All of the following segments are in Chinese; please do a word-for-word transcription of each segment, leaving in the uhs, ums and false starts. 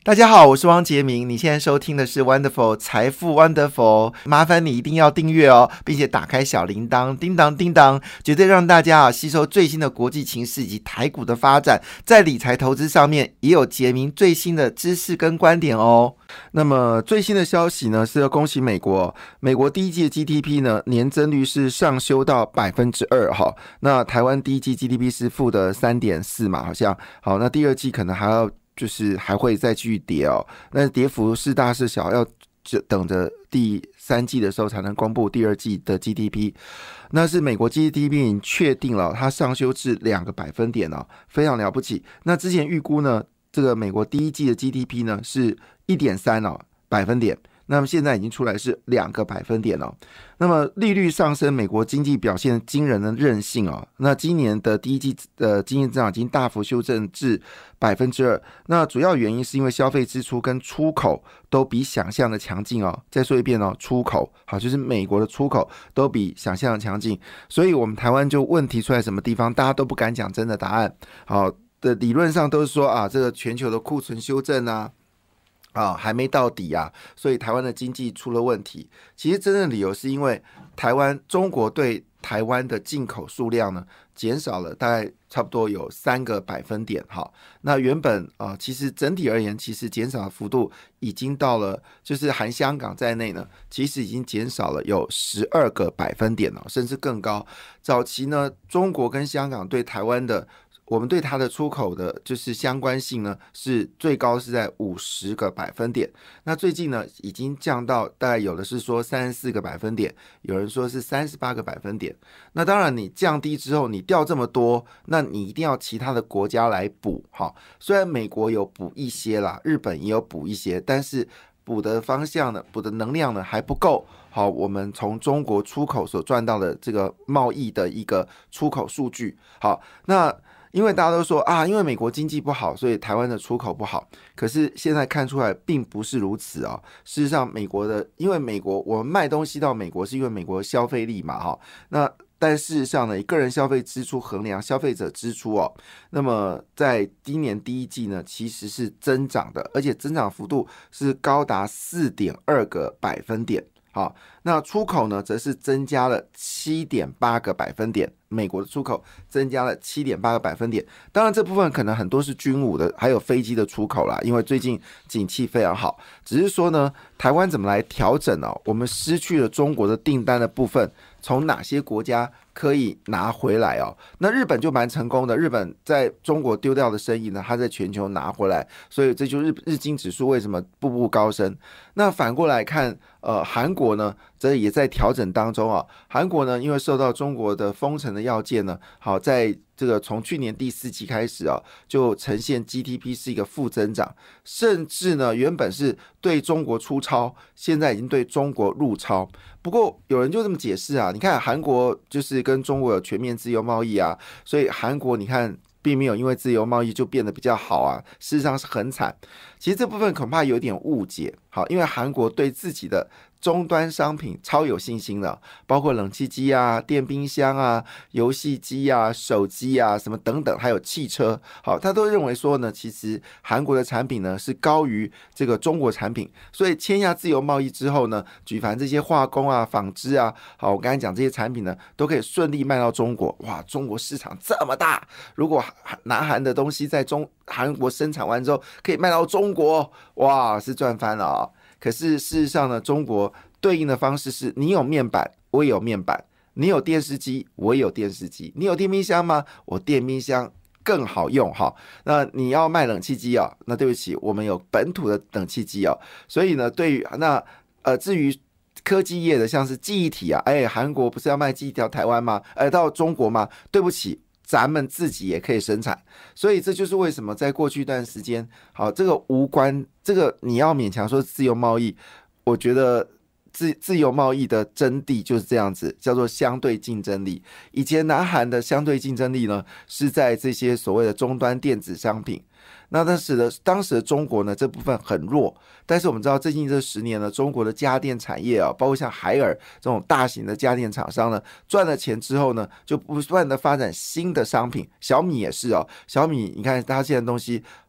大家好，我是汪杰明，你现在收听的是 Wonderful 财富 Wonderful， 麻烦你一定要订阅哦，并且打开小铃铛，叮当叮当，绝对让大家啊吸收最新的国际情势以及台股的发展，在理财投资上面也有杰明最新的知识跟观点哦。那么最新的消息呢，是要恭喜美国，美国第一季的 G D P 呢年增率是上修到百分之二哈，那台湾第一季 G D P 是负的三点四嘛，好像好，那第二季可能还要。就是还会再继续跌哦，那跌幅是大是小，要等着第三季的时候才能公布第二季的 G D P。那是美国 G D P 已经确定了，它上修至两个百分点哦，非常了不起。那之前预估呢，这个美国第一季的 G D P 呢是 一点三 哦百分点。那么现在已经出来是两个百分点了、哦。那么利率上升，美国经济表现惊人的韧性哦。那今年的第一季的经济增长已经大幅修正至百分之二。那主要原因是因为消费支出跟出口都比想象的强劲哦。再说一遍哦，出口好，就是美国的出口都比想象的强劲。所以我们台湾就问题出在什么地方，大家都不敢讲真的答案。好的，理论上都是说啊，这个全球的库存修正啊。啊、哦，还没到底啊，所以台湾的经济出了问题。其实真正的理由是因为台湾中国对台湾的进口数量呢减少了大概差不多有三个百分点哈。那原本啊、呃，其实整体而言，其实减少的幅度已经到了，就是含香港在内呢，其实已经减少了有十二个百分点了，甚至更高。早期呢，中国跟香港对台湾的。我们对它的出口的就是相关性呢，是最高是在五十个百分点。那最近呢，已经降到大概有的是说三十四个百分点，有人说是三十八个百分点。那当然，你降低之后，你掉这么多，那你一定要其他的国家来补哈。虽然美国有补一些啦，日本也有补一些，但是补的方向呢，补的能量呢还不够。好，我们从中国出口所赚到的这个贸易的一个出口数据，好，那。因为大家都说啊，因为美国经济不好，所以台湾的出口不好。可是现在看出来并不是如此哦。事实上，美国的，因为美国我们卖东西到美国是因为美国消费力嘛，哈。那但事实上呢，以个人消费支出衡量消费者支出哦，那么在今年第一季呢，其实是增长的，而且增长幅度是高达 四点二个百分点。好，那出口呢，则是增加了 七点八个百分点。美国的出口增加了 七点八个百分点。当然，这部分可能很多是军武的，还有飞机的出口啦，因为最近景气非常好。只是说呢，台湾怎么来调整哦？我们失去了中国的订单的部分，从哪些国家可以拿回来哦？那日本就蛮成功的，日本在中国丢掉的生意呢，它在全球拿回来，所以这就日日经指数为什么步步高升。那反过来看，呃，韩国呢，则也在调整当中啊。韩国呢，因为受到中国的封城的要件呢，好，在这个从去年第四季开始啊，就呈现 G D P 是一个负增长，甚至呢，原本是对中国出超，现在已经对中国入超。不过有人就这么解释啊，你看韩国就是跟中国有全面自由贸易啊，所以韩国你看。并没有因为自由贸易就变得比较好啊，事实上是很惨。其实这部分恐怕有点误解，好，因为韩国对自己的终端商品超有信心的，包括冷气机啊、电冰箱啊、游戏机啊、手机啊什么等等，还有汽车，好，他都认为说呢，其实韩国的产品呢是高于这个中国产品，所以签下自由贸易之后呢，举凡这些化工啊、纺织啊，好，我刚才讲这些产品呢，都可以顺利卖到中国。哇，中国市场这么大，如果南韩的东西在中韩国生产完之后可以卖到中国，哇，是赚翻了啊、哦！可是事实上呢，中国对应的方式是你有面板，我也有面板；你有电视机，我也有电视机；你有电冰箱吗？我电冰箱更好用哈。那你要卖冷气机啊？那对不起，我们有本土的冷气机啊。所以呢，对于那呃，至于科技业的，像是记忆体啊，哎，韩国不是要卖记忆体到台湾吗？哎，到中国吗？对不起。咱们自己也可以生产，所以这就是为什么在过去一段时间，好，这个无关，这个你要勉强说自由贸易，我觉得自自由贸易的真谛就是这样子，叫做相对竞争力。以前南韩的相对竞争力呢，是在这些所谓的终端电子商品。那当时的当时的中国呢，这部分很弱，但是我们知道最近这十年呢，中国的家电产业啊，包括像海尔这种大型的家电厂商呢，赚了钱之后呢，就不断的发展新的商品。小米也是哦，小米你看它现在的东西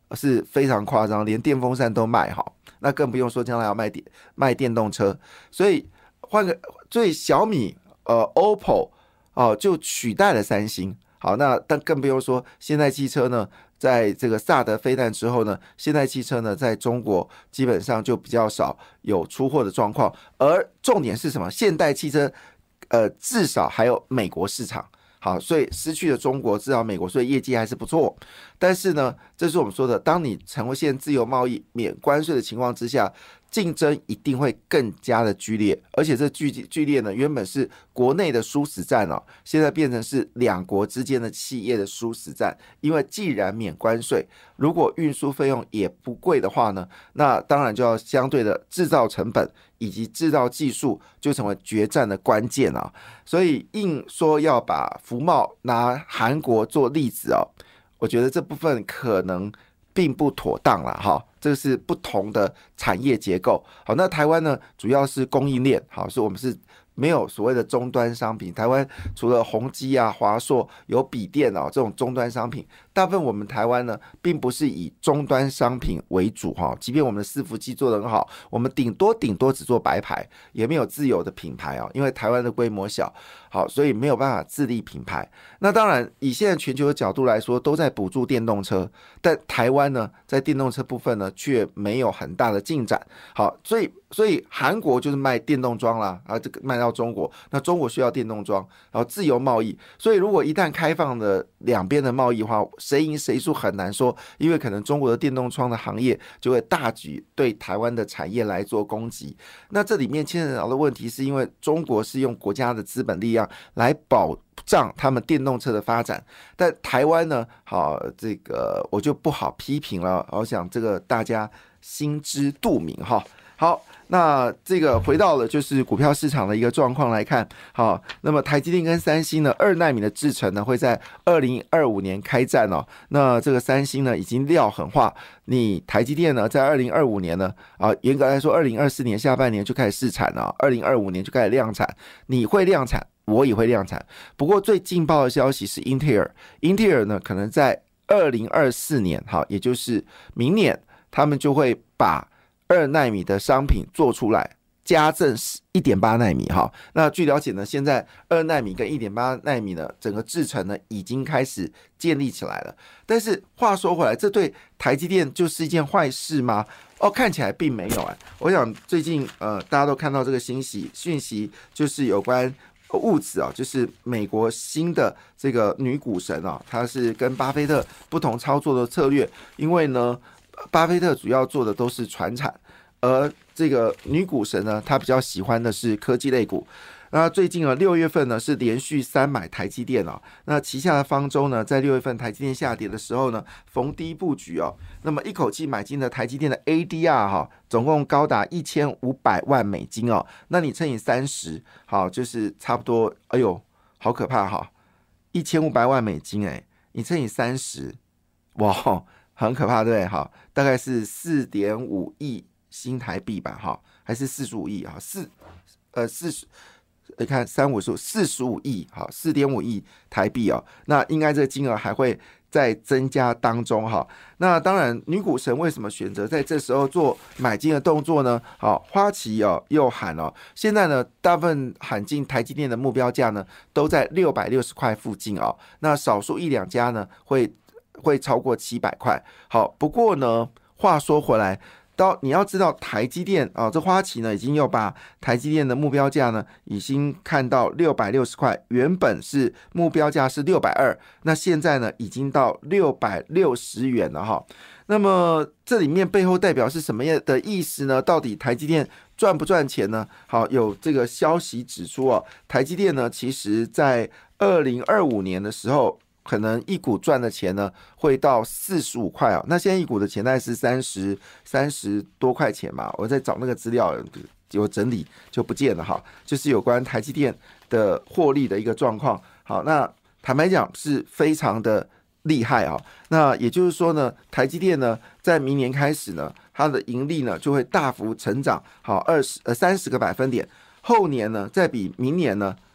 是非常夸张，连电风扇都卖好，那更不用说将来要卖电卖电动车。所以换个，所以小米呃 O P P O 哦、呃、就取代了三星。好，那但更不用说现代汽车呢，在这个萨德飞弹之后呢，现代汽车呢在中国基本上就比较少有出货的状况。而重点是什么？现代汽车呃至少还有美国市场。好，所以失去了中国，至少美国，所以业绩还是不错。但是呢，这是我们说的，当你成为现自由贸易免关税的情况之下，竞争一定会更加的剧烈，而且这剧剧烈呢，原本是国内的殊死战哦，现在变成是两国之间的企业的殊死战。因为既然免关税，如果运输费用也不贵的话呢，那当然就要相对的制造成本以及制造技术就成为决战的关键啊。所以硬说要把福茂拿韩国做例子哦，我觉得这部分可能并不妥当了哈，这是不同的产业结构。好，那台湾呢，主要是供应链，好，所以我们是没有所谓的终端商品。台湾除了宏基啊、华硕有笔电哦这种终端商品，大部分我们台湾呢，并不是以终端商品为主哈。即便我们的伺服器做得很好，我们顶多顶多只做白牌，也没有自有的品牌哦，因为台湾的规模小，好，所以没有办法自立品牌。那当然，以现在全球的角度来说，都在补助电动车，但台湾呢，在电动车部分呢，却没有很大的进展。好，所以所以韩国就是卖电动装啦，啊，这个卖到中国，那中国需要电动装，然后自由贸易。所以如果一旦开放了两边的贸易的话，谁赢谁输很难说，因为可能中国的电动窗的行业就会大举对台湾的产业来做攻击。那这里面牵扯到的问题，是因为中国是用国家的资本力量来保障他们电动车的发展，但台湾呢，好，这个我就不好批评了，我想这个大家心知肚明哈。好，那这个回到了就是股票市场的一个状况来看，好，那么台积电跟三星呢，二奈米的制程呢会在二零二五年开战哦。那这个三星呢已经料狠话，你台积电呢在二零二五年呢，啊，严格来说二零二四年下半年就开始试产了，二零二五年就开始量产，你会量产，我也会量产。不过最劲爆的消息是英特尔，英特尔呢可能在二零二四年，好，也就是明年，他们就会把二奈米的商品做出来，加赠 一点八奈米哈。那据了解呢，现在二奈米跟 一点八奈米呢，整个制程呢已经开始建立起来了。但是话说回来，这对台积电就是一件坏事吗？哦，看起来并没有哎。我想最近呃，大家都看到这个信息讯息，就是有关物质啊，就是美国新的这个女股神啊，她是跟巴菲特不同操作的策略，因为呢，巴菲特主要做的都是传产，而这个女股神呢，她比较喜欢的是科技类股。那最近啊，六月份呢是连续三买台积电啊，那旗下的方舟呢，在六月份台积电下跌的时候呢，逢低布局哦，那么一口气买进了台积电的 A D R 哈，总共高达一千五百万美金哦，那你乘以三十，好，就是差不多，哎呦，好可怕哈，一千五百万美金哎，你乘以三十，哇，很可怕对不对？好，大概是四点五亿新台币吧，哈，还是四十五亿啊？四呃四十。你看三五十五四十五亿，好，四点五亿台币哦，那应该这个金额还会在增加当中哈。那当然，女股神为什么选择在这时候做买进的动作呢？好，花旗哦又喊哦，现在呢大部分喊进台积电的目标价呢都在六百六十块附近哦，那少数一两家呢会会超过七百块。好，不过呢，话说回来。到你要知道台积电啊、哦，这花旗呢已经又把台积电的目标价呢已经看到六百六十块，原本是目标价是六百二十，那现在呢已经到六百六十元了哈。那么这里面背后代表是什么样的意思呢？到底台积电赚不赚钱呢？好，有这个消息指出哦，台积电呢其实在二零二五年的时候。可能一股赚的钱呢，会到四十五块啊。那现在一股的钱大概是三十三十多块钱嘛。我在找那个资料，有整理就不见了哈。就是有关台积电的获利的一个状况。好，那坦白讲是非常的厉害啊。那也就是说呢，台积电呢，在明年开始呢，它的盈利呢就会大幅成长，好二十呃三十个百分点。后年呢，再比明年呢。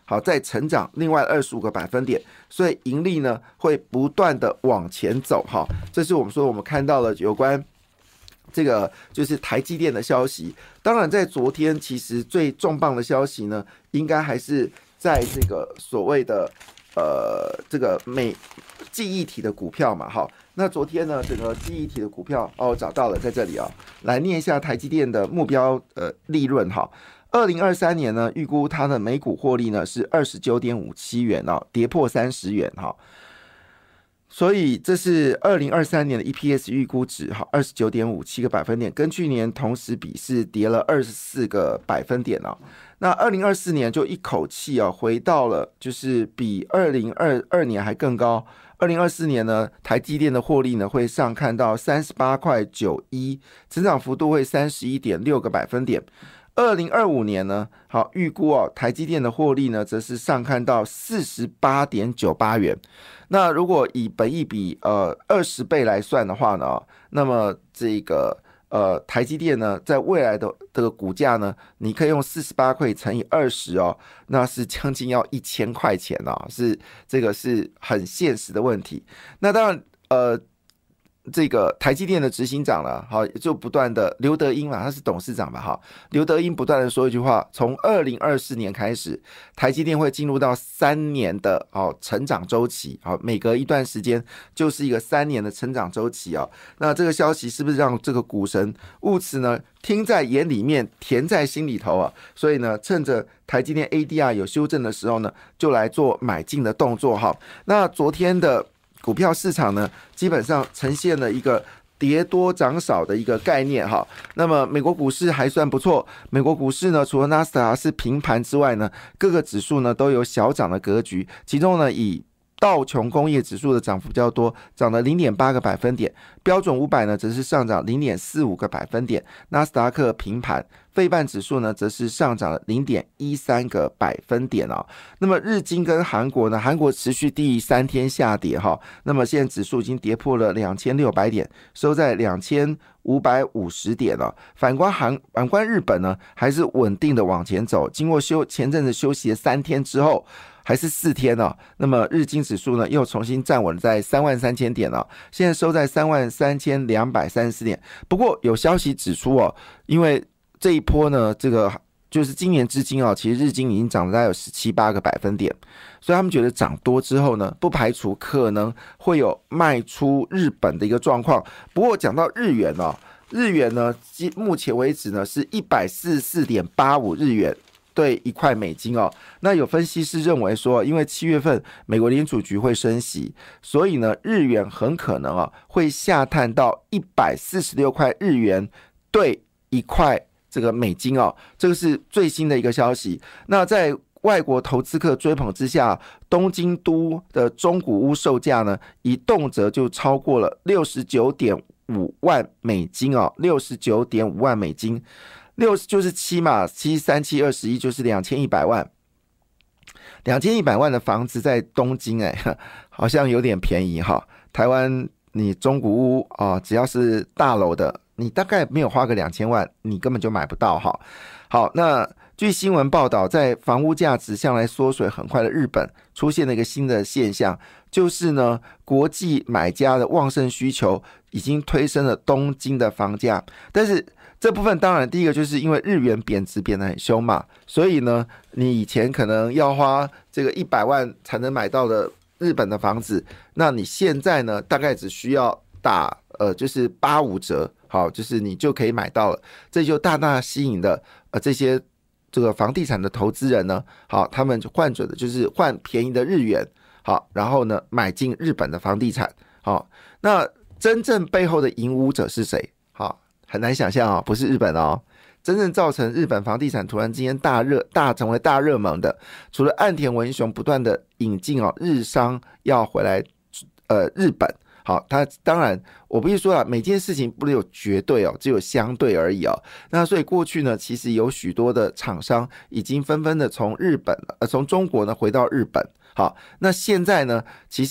好再成长另外二十五个百分点，所以盈利呢会不断的往前走哈。这是我们说我们看到了有关这个就是台积电的消息。当然在昨天其实最重磅的消息呢，应该还是在这个所谓的呃这个美记忆体的股票嘛哈。那昨天呢整个记忆体的股票哦找到了在这里啊、哦，来念一下台积电的目标呃利润哈。二零二三年呢预估它的每股获利呢是二十九点五七元哦，跌破三十元哈。所以这是二零二三年的 E P S 预估值哈，二十九点五七个百分点，跟去年同时比是跌了二十四个百分点哦。那二零二四年就一口气哦回到了就是比二零二二年还更高。二零二四年呢，台积电的获利呢会上看到三十八块九一，成长幅度会三十一点六个百分点。二零二五年呢，好预估哦，台积电的获利呢，则是上看到四十八点九八元。那如果以本益比呃二十倍来算的话呢，那么这个呃台积电呢，在未来的这个股价呢，你可以用四十八块乘以二十哦，那是将近要一千块钱哦，是这个是很现实的问题。那当然呃。这个台积电的执行长了，好，就不断的刘德英嘛，他是董事长吧，哈，刘德英不断的说一句话，从二零二四年开始，台积电会进入到三年的哦成长周期，好，每隔一段时间就是一个三年的成长周期哦。那这个消息是不是让这个股神务此呢听在眼里面，甜在心里头啊？所以呢，趁着台积电 A D R 有修正的时候呢，就来做买进的动作哈。那昨天的股票市场呢，基本上呈现了一个跌多涨少的一个概念哈。那么美国股市还算不错，美国股市呢，除了纳斯达克是平盘之外呢，各个指数呢都有小涨的格局，其中呢以道琼工业指数的涨幅比较多，涨了 零点八个百分点，标准五百呢则是上涨 零点四五个百分点，纳斯达克平盘，费半指数呢则是上涨了 零点一三个百分点哦。那么日经跟韩国呢，韩国持续第三天下跌哈，那么现在指数已经跌破了两千六百点，收在两千五百五十点了。反观韩反观日本呢，还是稳定的往前走，经过休前阵子休息了三天之后。还是四天哦，那么日经指数呢又重新站稳在三万三千点了，现在收在三万三千两百三十四点。不过有消息指出哦，因为这一波呢，这个就是今年至今哦，其实日经已经涨了大概有十七八个百分点，所以他们觉得涨多之后呢，不排除可能会有卖出日本的一个状况。不过讲到日元哦，日元呢，目前为止呢是一百四十四点八五日元。对一块美金哦，那有分析师认为说，因为七月份美国联储局会升息，所以呢，日元很可能啊会下探到一百四十六块日元对一块这个美金哦，这个是最新的一个消息。那在外国投资客追捧之下，东京都的中古屋售价呢，一动辄就超过了六十九点五万美金哦，六十九点五万美金。六就是七嘛，七三七二十一就是两千一百万，两千一百万的房子在东京哎，好像有点便宜哈。台湾你中古屋啊、哦，只要是大楼的，你大概没有花个两千万，你根本就买不到哈。好，那据新闻报道，在房屋价值向来缩水很快的日本，出现了一个新的现象，就是呢，国际买家的旺盛需求已经推升了东京的房价，但是。这部分当然，第一个就是因为日元贬值贬得很凶嘛，所以呢，你以前可能要花这个一百万才能买到的日本的房子，那你现在呢，大概只需要打呃就是八五折，好，就是你就可以买到了，这就大大吸引了呃这些这个房地产的投资人呢，好，他们就换准的就是换便宜的日元，好，然后呢买进日本的房地产，好，那真正背后的赢屋者是谁？好。很难想象哦，不是日本哦。真正造成日本房地产突然之间大热、大成为大热门的，除了岸田文雄不断的引进哦，日商要回来，呃，日本。好，他当然我必须说啊，每件事情不能有绝对哦，只有相对而已哦。那所以过去呢，其实有许多的厂商已经纷纷的从日本呃从中国呢回到日本。好，那现在呢，其实。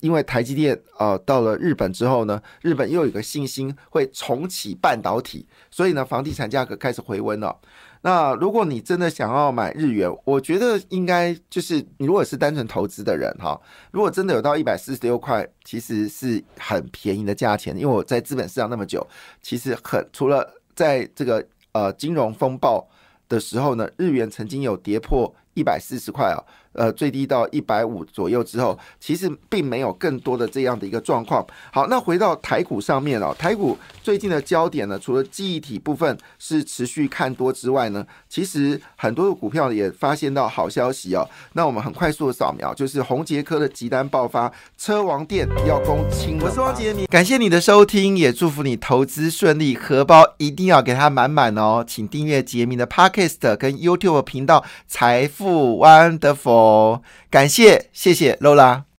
因为台积电呃到了日本之后呢，日本又有一个信心会重启半导体，所以呢房地产价格开始回温了。那如果你真的想要买日元，我觉得应该就是你如果是单纯投资的人哈，如果真的有到一百四十六块，其实是很便宜的价钱。因为我在资本市场那么久，其实很除了在这个呃金融风暴的时候呢，日元曾经有跌破一百四十块啊，呃，最低到一百五左右之后，其实并没有更多的这样的一个状况。好，那回到台股上面哦，台股最近的焦点呢，除了记忆体部分是持续看多之外呢，其实很多的股票也发现到好消息哦。那我们很快速的扫描，就是宏捷科的急单爆发，车王店要攻清。我是汪杰明，感谢你的收听，也祝福你投资顺利，荷包一定要给它满满哦。请订阅杰明的 Podcast 跟 YouTube 频道财富 Wonderful。感谢，谢谢 Lola。